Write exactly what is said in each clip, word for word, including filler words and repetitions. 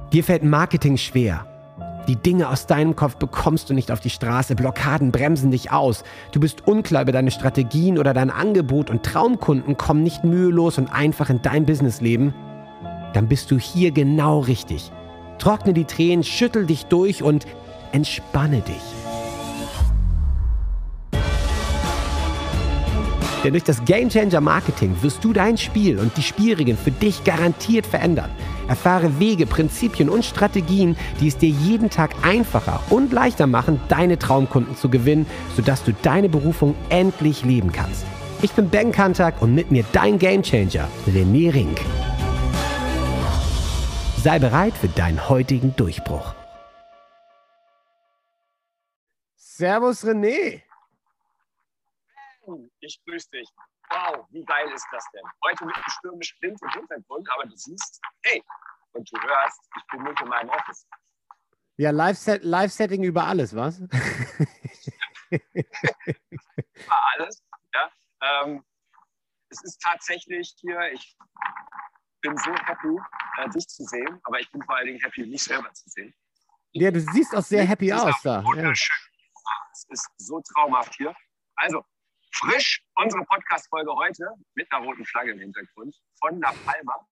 Dir fällt Marketing schwer. Die Dinge aus deinem Kopf bekommst du nicht auf die Straße, Blockaden bremsen dich aus. Du bist unklar über deine Strategien oder dein Angebot und Traumkunden kommen nicht mühelos und einfach in dein Businessleben. Dann bist du hier genau richtig. Trockne die Tränen, schüttel dich durch und entspanne dich. Denn durch das Gamechanger Marketing wirst du dein Spiel und die Spielregeln für dich garantiert verändern. Erfahre Wege, Prinzipien und Strategien, die es dir jeden Tag einfacher und leichter machen, deine Traumkunden zu gewinnen, sodass du deine Berufung endlich leben kannst. Ich bin Ben Kantak und mit mir dein Gamechanger, René Rink. Sei bereit für deinen heutigen Durchbruch. Servus René. Ich grüße dich. Wow, wie geil ist das denn? Heute mit einem stürmischen Wind im Hintergrund, aber du siehst, hey, und du hörst, ich bin nicht in meinem Office. Ja, Live-Set, Live-Setting über alles, was? Über alles, ja. Ähm, es ist tatsächlich hier, ich bin so happy, äh, dich zu sehen, aber ich bin vor allen Dingen happy, mich selber zu sehen. Ja, du siehst auch sehr happy aus da. Wunderschön. Ja. Es ist so traumhaft hier. Also, frisch unsere Podcast-Folge heute mit einer roten Flagge im Hintergrund von La Palma.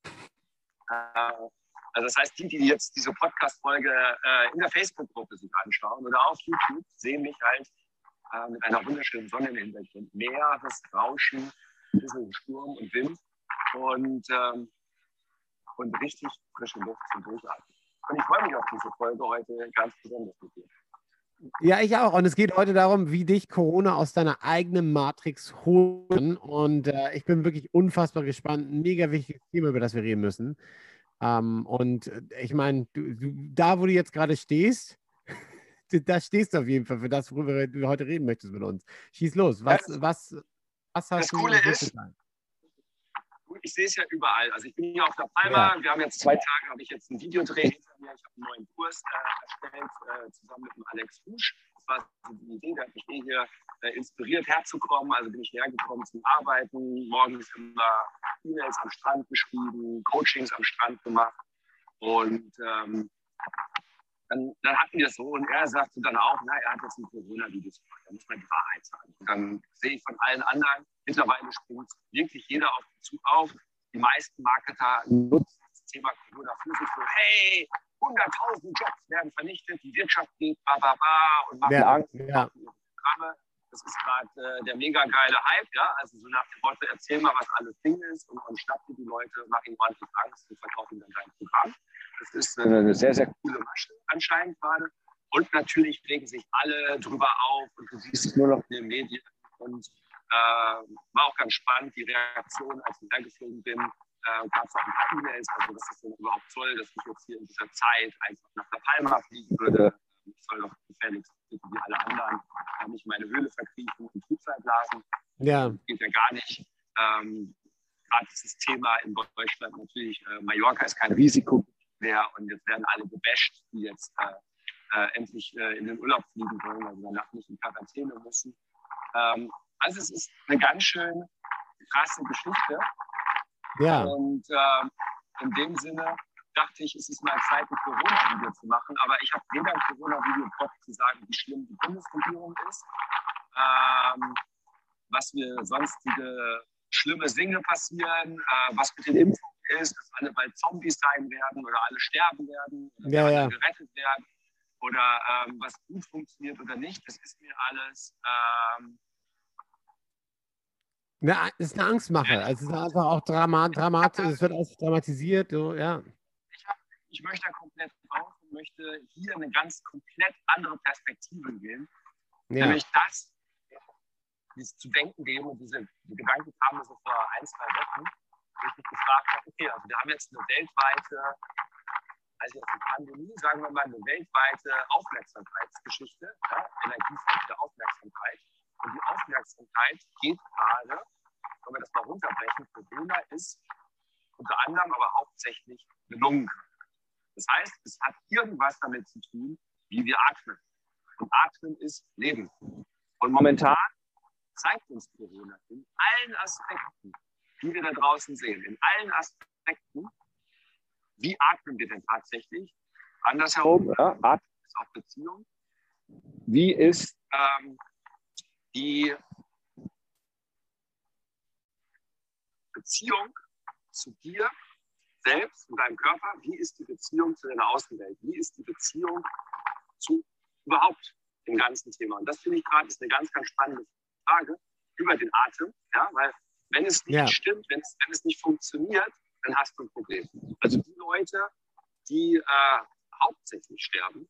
Äh, also das heißt, die, die jetzt diese Podcast-Folge äh, in der Facebook-Gruppe sich anschauen oder auf YouTube, sehen mich halt äh, mit einer wunderschönen Sonne im Hintergrund. Meeresrauschen, ein bisschen Sturm und Wind und, ähm, und richtig frische Luft zum Durchatmen. Und ich freue mich auf diese Folge heute ganz besonders mit dir. Ja, ich auch. Und es geht heute darum, wie dich Corona aus deiner eigenen Matrix holen. Und äh, ich bin wirklich unfassbar gespannt. Ein mega wichtiges Thema, über das wir reden müssen. Ähm, und ich meine, du, du, da, wo du jetzt gerade stehst, da stehst du auf jeden Fall für das, worüber du heute reden möchtest mit uns. Schieß los. Was, das, was, was hast das du? Coole ist, ich sehe es ja überall. Also ich bin hier auf der Palma. Ja. Wir haben jetzt zwei Tage, habe ich jetzt ein Videodreh hinter mir. Ich habe einen neuen Kurs äh, erstellt, äh, zusammen mit dem Alex Fusch. Das war die Idee, der hat mich eh hier äh, inspiriert herzukommen. Also bin ich hergekommen zum Arbeiten. Morgens immer E-Mails am Strand geschrieben, Coachings am Strand gemacht. Und ähm, dann, dann hatten wir es so und er sagte dann auch, na, er hat jetzt ein Corona-Videos gemacht, da muss man die Wahrheit sagen. Und dann sehe ich von allen anderen, mittlerweile springt wirklich jeder auf den Zug auf. Die meisten Marketer nutzen das Thema Corona für sich so, hey, hunderttausend Jobs werden vernichtet, die Wirtschaft geht, ba, ba, ba, und machen ja, Angst. Ja. Programme. Das ist gerade äh, der mega geile Hype, ja, also so nach dem Motto, erzähl mal, was alles Ding ist und, und schnapp dir die Leute, mach ihnen ordentlich Angst und verkauf ihnen dann dein Programm. Das ist eine, eine sehr, sehr coole Masche anscheinend gerade. Und natürlich regen sich alle drüber auf und du siehst es nur noch in den Medien. Und äh, war auch ganz spannend, die Reaktion, als ich hergeflogen bin, äh, gab es auch ein paar E-Mails, also dass es denn überhaupt soll, dass ich jetzt hier in dieser Zeit einfach nach der Palma fliegen würde. Ich soll doch gefälligst wie alle anderen nicht meine Höhle verkriechen und Trübsal blasen. Ja. Das geht ja gar nicht. Ähm, Gerade dieses Thema in Deutschland natürlich, äh, Mallorca ist kein Risiko mehr und jetzt werden alle gebasht, die jetzt äh, äh, endlich äh, in den Urlaub fliegen wollen, weil sie danach nicht in Quarantäne müssen. Ähm, also es ist eine ganz schön krasse Geschichte. Ja. Und ähm, in dem Sinne dachte ich, es ist mal Zeit, ein Corona-Video zu machen. Aber ich habe weder ein Corona-Video Bock zu sagen, wie schlimm die Bundesregierung ist, ähm, was mir sonstige schlimme Dinge passieren, äh, was mit den Impfungen ist, dass alle bald Zombies sein werden oder alle sterben werden oder ja, alle ja. gerettet werden oder ähm, was gut funktioniert oder nicht. Das ist mir alles... Ähm, Ja, es ist eine Angstmache. Also es ist einfach auch Dramat, Dramat, es wird alles dramatisiert. So, ja. ich, hab, ich möchte da komplett raus und möchte hier eine ganz komplett andere Perspektive geben. Ja. Nämlich das, dieses zu denken geben und diese die Gedanken kamen so vor ein, zwei Wochen, wo ich mich gefragt habe, okay, also wir haben jetzt eine weltweite, also jetzt eine Pandemie, sagen wir mal, eine weltweite Aufmerksamkeitsgeschichte, ja, energiefreie Aufmerksamkeit. Und die Aufmerksamkeit geht gerade, wenn wir das mal runterbrechen, Corona ist unter anderem, aber hauptsächlich eine Lungenkrankheit. Das heißt, es hat irgendwas damit zu tun, wie wir atmen. Und Atmen ist Leben. Und momentan zeigt uns Corona in allen Aspekten, die wir da draußen sehen, in allen Aspekten, wie atmen wir denn tatsächlich? Andersherum, ja, Atmen ist auch Beziehung. Wie ist ähm, die Beziehung zu dir selbst und deinem Körper? Wie ist die Beziehung zu deiner Außenwelt? Wie ist die Beziehung zu überhaupt dem ganzen Thema? Und das finde ich gerade ist eine ganz, ganz spannende Frage über den Atem, ja, weil wenn es nicht Ja. stimmt, wenn es, wenn es nicht funktioniert, dann hast du ein Problem. Also die Leute, die äh, hauptsächlich sterben,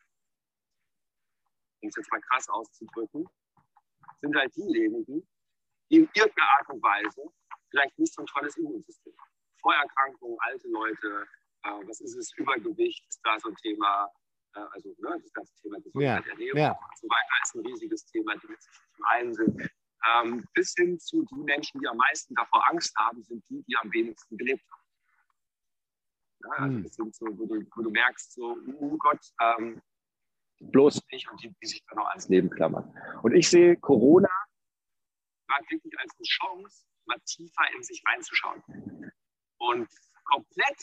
um es jetzt mal krass auszudrücken, sind halt diejenigen, die in irgendeiner Art und Weise vielleicht nicht so ein tolles Immunsystem haben. Vorerkrankungen, alte Leute, äh, was ist es, Übergewicht ist da so ein Thema, äh, also ne, das ganze Thema Gesundheit, Ja, Ernährung ja. und so weiter ist ein riesiges Thema, die mit sich im einen sind. Ähm, bis hin zu die Menschen, die am meisten davor Angst haben, sind die, die am wenigsten gelebt haben. Ja, also Hm. das sind so, wo du, wo du merkst, so, oh Gott, ähm, bloß nicht und die, die sich dann noch ans Leben klammern. Und ich sehe Corona gerade wirklich als eine Chance, mal tiefer in sich reinzuschauen und komplett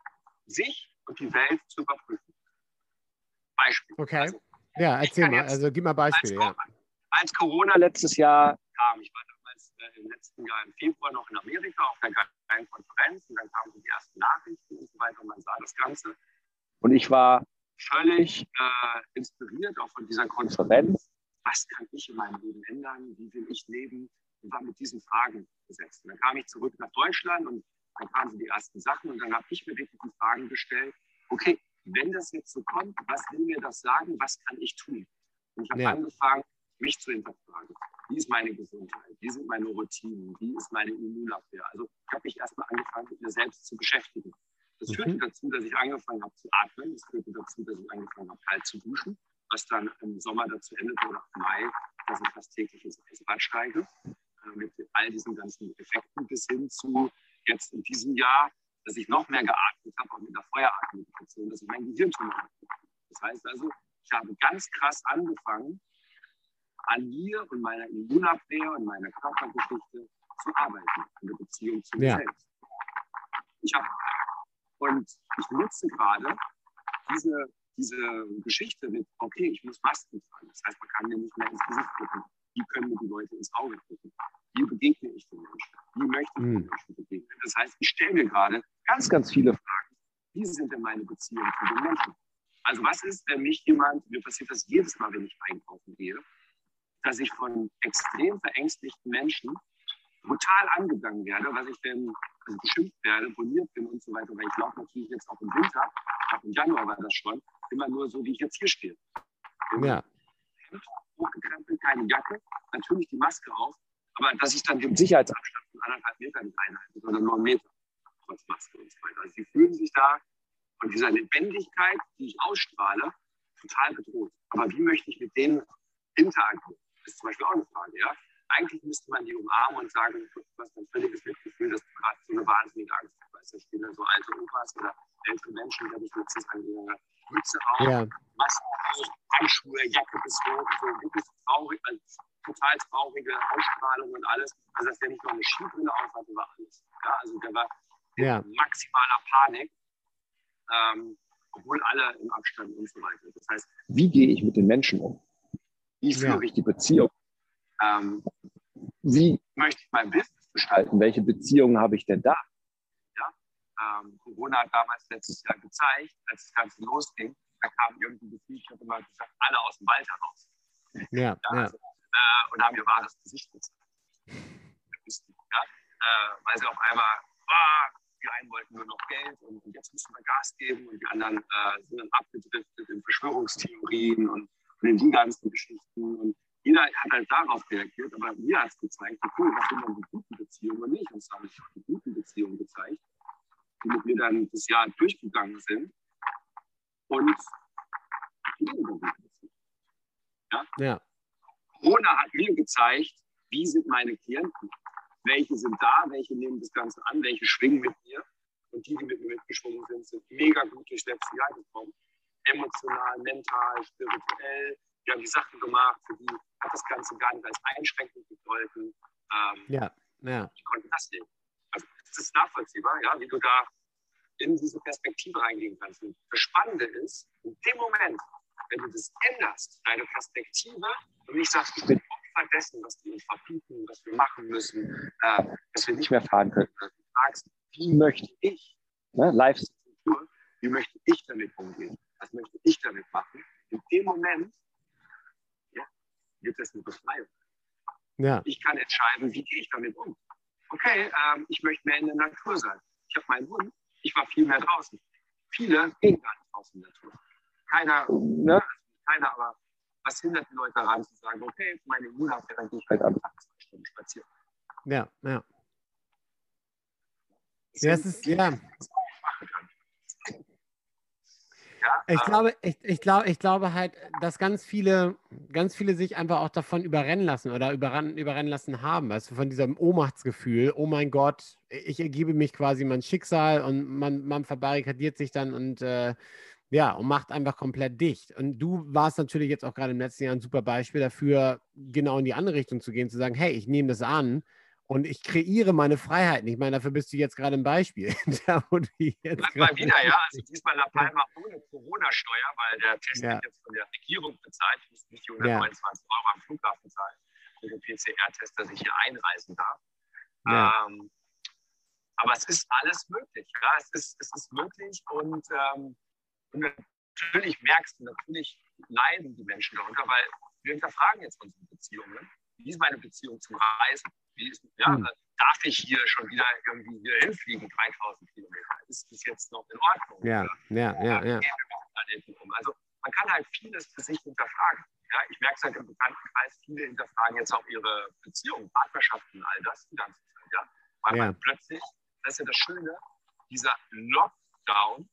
sich und die Welt zu überprüfen. Beispiel. Okay. Also, Ja, erzähl kann mal. jetzt Also gib mal Beispiele. als, Ja. als Corona letztes Jahr kam, ich war damals äh, im letzten Jahr im Februar noch in Amerika auf der geilen Konferenz und dann kamen die ersten Nachrichten und so weiter und man sah das Ganze. Und ich war völlig äh, inspiriert auch von dieser Konferenz. Was kann ich in meinem Leben ändern? Wie will ich leben? Und war mit diesen Fragen besetzt. Und dann kam ich zurück nach Deutschland und dann kamen so die ersten Sachen und dann habe ich mir wirklich die Fragen gestellt, okay, wenn das jetzt so kommt, was will mir das sagen? Was kann ich tun? Und ich habe Ja. angefangen, mich zu hinterfragen. Wie ist meine Gesundheit? Wie sind meine Routinen? Wie ist meine Immunabwehr? Also ich habe mich erstmal angefangen, mit mir selbst zu beschäftigen. Das Mhm. führte dazu, dass ich angefangen habe zu atmen. Das führte dazu, dass ich angefangen habe, kalt zu duschen, was dann im Sommer dazu endete oder im Mai, dass ich fast täglich ins Eisbad steige. Äh, mit all diesen ganzen Effekten bis hin zu jetzt in diesem Jahr, dass ich noch mehr geatmet habe, auch mit der Feueratmung, dass ich mein Gehirn tun habe. Das heißt also, ich habe ganz krass angefangen, an mir und meiner Immunabwehr und meiner Körpergeschichte zu arbeiten, in der Beziehung zu mir Ja. selbst. Ich habe, und ich nutze gerade diese, diese Geschichte mit, okay, ich muss Masken tragen. Das heißt, man kann mir nicht mehr ins Gesicht gucken. Wie können mir die Leute ins Auge gucken? Wie begegne ich den Menschen? Wie möchte ich den Mhm. Menschen begegnen? Das heißt, ich stelle mir gerade ganz, ganz viele Fragen. Wie sind denn meine Beziehungen zu den Menschen? Also was ist, wenn mich jemand, mir passiert das jedes Mal, wenn ich einkaufen gehe, dass ich von extrem verängstigten Menschen brutal angegangen werde, was ich denn also beschimpft werde, boniert bin und so weiter, weil ich laufe natürlich jetzt auch im Winter, auch im Januar war das schon, immer nur so, wie ich jetzt hier stehe. Ja. Hemd hochgekrempelt, keine Jacke, natürlich die Maske auf, aber dass ich dann den Sicherheitsabstand von anderthalb Metern nicht einhalte, sondern nur einen Meter, trotz Maske und so weiter. Also sie fühlen sich da von dieser Lebendigkeit, die ich ausstrahle, total bedroht. Aber wie möchte ich mit denen interagieren? Das ist zum Beispiel auch eine Frage, ja. Eigentlich müsste man die umarmen und sagen, du hast ein völliges Mitgefühl, dass du gerade so eine wahnsinnige Angst hast. Weißt du, ich bin dann so alte Opas oder ältere Menschen, die habe ich letztens angegangen habe. Mütze auf, Ja. Maske auf, Handschuhe, Jacke bis hoch, so wirklich traurig, also total traurige Ausstrahlung und alles. Also dass der nicht noch eine Skibrille auf hatte, war alles. Ja, also der war Ja. in maximaler Panik, ähm, obwohl alle im Abstand und so weiter. Das heißt, wie gehe ich mit den Menschen um? Wie führe Ja. ich die Beziehung? Ähm, wie möchte ich mein Business gestalten? Welche Beziehungen habe ich denn da? Ja? Ähm, Corona hat damals letztes Jahr gezeigt, als das Ganze losging, da kamen irgendwie gefühlt, ich habe immer gesagt, alle aus dem Wald heraus. Ja. Ja, Ja. also, äh, und haben ihr wahres Gesicht gezeigt. Ja? Äh, weil sie auf einmal, ah, die einen wollten nur noch Geld und, und jetzt müssen wir Gas geben und die anderen äh, sind dann abgedriftet in Verschwörungstheorien und, und in die ganzen Geschichten. Und jeder hat halt darauf reagiert, aber mir hat es gezeigt, okay, was sind denn die guten Beziehungen und nicht? Und zwar habe ich die guten Beziehungen gezeigt, die mit mir dann das Jahr durchgegangen sind. Und die weniger guten Beziehungen. Ja? Ja. Corona hat mir gezeigt, wie sind meine Klienten? Welche sind da, welche nehmen das Ganze an, welche schwingen mit mir. Und die, die mit mir mitgeschwungen sind, sind mega gut durchs letzte Jahr gekommen. Emotional, mental, spirituell. Die haben die Sachen gemacht, für die hat das Ganze gar nicht als einschränkend gegolten. Ähm, Ja. Ja. Die konnten das nehmen. Also das ist nachvollziehbar, ja, wie du da in diese Perspektive reingehen kannst. Und das Spannende ist, in dem Moment, wenn du das änderst, deine Perspektive, und nicht sagst, ich bin Opfer dessen, was die uns verbieten, was wir machen müssen, äh, dass wir nicht mehr fahren können. Du fragst, wie möchte ich, ne, Lifestyle-Kultur, wie möchte ich damit umgehen? Was möchte ich damit machen? In dem Moment ja, wird es eine Befreiung. Ja. Ich kann entscheiden, wie gehe ich damit um. Okay, ähm, ich möchte mehr in der Natur sein. Ich habe meinen Hund, ich war viel mehr draußen. Viele gehen gar nicht draußen in der Natur. Keiner, ne? Keiner, aber was hindert die Leute daran zu sagen, okay, meine Immunabwehr, dann gehe ich halt am Tag zwei Stunden spazieren. Ja, ja. Das Ja, es ist, ja. was ich machen kann. Ja, Ich äh, glaube, ich, ich, glaube, ich glaube halt, dass ganz viele, ganz viele sich einfach auch davon überrennen lassen oder überrennen, überrennen lassen haben. Weißt du, von diesem Ohnmachtsgefühl, oh mein Gott, ich ergebe mich quasi mein Schicksal und man, man verbarrikadiert sich dann und äh, ja, und macht einfach komplett dicht. Und du warst natürlich jetzt auch gerade im letzten Jahr ein super Beispiel dafür, genau in die andere Richtung zu gehen, zu sagen, hey, ich nehme das an und ich kreiere meine Freiheiten. Ich meine, dafür bist du jetzt gerade ein Beispiel. Da, wo du jetzt Bleib gerade- mal wieder, ja. Also diesmal La Palma ohne Corona-Steuer, weil der Test Ja. wird jetzt von der Regierung bezahlt. Ich muss nicht die hundertneunundzwanzig Euro am Flughafen zahlen für den P C R-Test, dass ich hier einreisen darf. Ja. Ähm, aber es ist alles möglich. Ja? Es, ist, es ist möglich und, ähm, und natürlich merkst du, natürlich leiden die Menschen darunter, weil wir hinterfragen jetzt unsere Beziehungen. Wie ist meine Beziehung zum Reisen? Wie ist, ja, Hm. Darf ich hier schon wieder irgendwie hier hinfliegen, dreitausend Kilometer? Ist das jetzt noch in Ordnung? Ja, ja, ja, ja. Also man kann halt vieles für sich hinterfragen. Ja, ich merke es halt im Bekanntenkreis, viele hinterfragen jetzt auch ihre Beziehungen, Partnerschaften, all das die ganze Zeit. Ja? Weil Ja. man plötzlich, das ist ja das Schöne, dieser Lockdown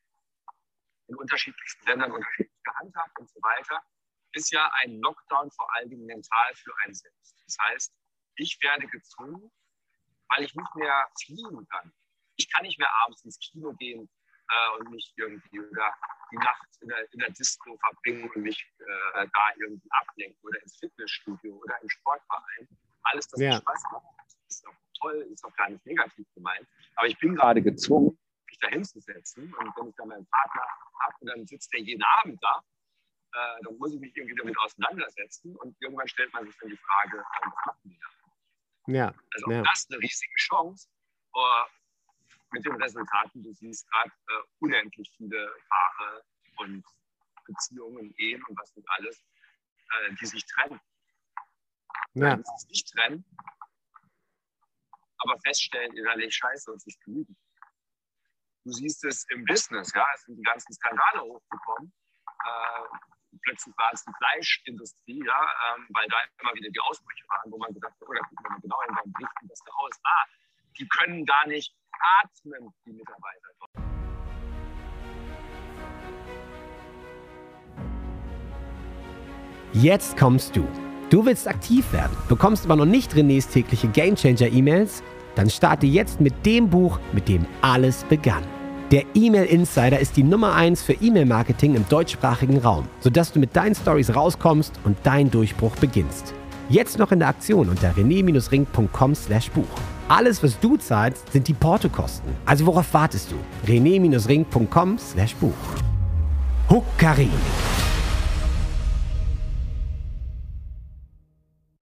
in unterschiedlichsten Ländern unterschiedlich gehandhabt und so weiter, ist ja ein Lockdown vor allen Dingen mental für einen selbst. Das heißt, ich werde gezwungen, weil ich nicht mehr fliehen kann. Ich kann nicht mehr abends ins Kino gehen äh, und mich irgendwie oder die Nacht in der, in der Disco verbringen und mich äh, da irgendwie ablenken oder ins Fitnessstudio oder im Sportverein. Alles, das Ja. mir Spaß macht, ist auch toll, ist auch gar nicht negativ gemeint. Aber ich bin gerade gezwungen, mich da hinzusetzen. Und wenn ich dann meinen Partner habe und dann sitzt der jeden Abend da, äh, dann muss ich mich irgendwie damit auseinandersetzen. Und irgendwann stellt man sich dann die Frage, äh, was machen die da? Ja, Also ja. das ist eine riesige Chance. Uh, mit den Resultaten, du siehst gerade uh, unendlich viele Paare und Beziehungen, Ehen und was nicht alles, uh, die sich trennen. Ja. Die sich nicht trennen, aber feststellen, innerlich scheiße und sich genügen. Du siehst es im Business, ja, es sind die ganzen Skandale hochgekommen. Uh, Plötzlich war es die Fleischindustrie, ja, ähm, weil da immer wieder die Ausbrüche waren, wo man gedacht hat, oh, da gucken wir mal genau hin, warum berichten das da aus? Ah, die können gar nicht atmen, die Mitarbeiter. Jetzt kommst du. Du willst aktiv werden, bekommst aber noch nicht Renés tägliche Gamechanger-E-Mails? Dann starte jetzt mit dem Buch, mit dem alles begann. Der E-Mail Insider ist die Nummer eins für E-Mail-Marketing im deutschsprachigen Raum, sodass du mit deinen Stories rauskommst und dein Durchbruch beginnst. Jetzt noch in der Aktion unter rené ring punkt com slash buch. Alles, was du zahlst, sind die Portokosten. Also worauf wartest du? rené ring punkt com slash buch. Huckari.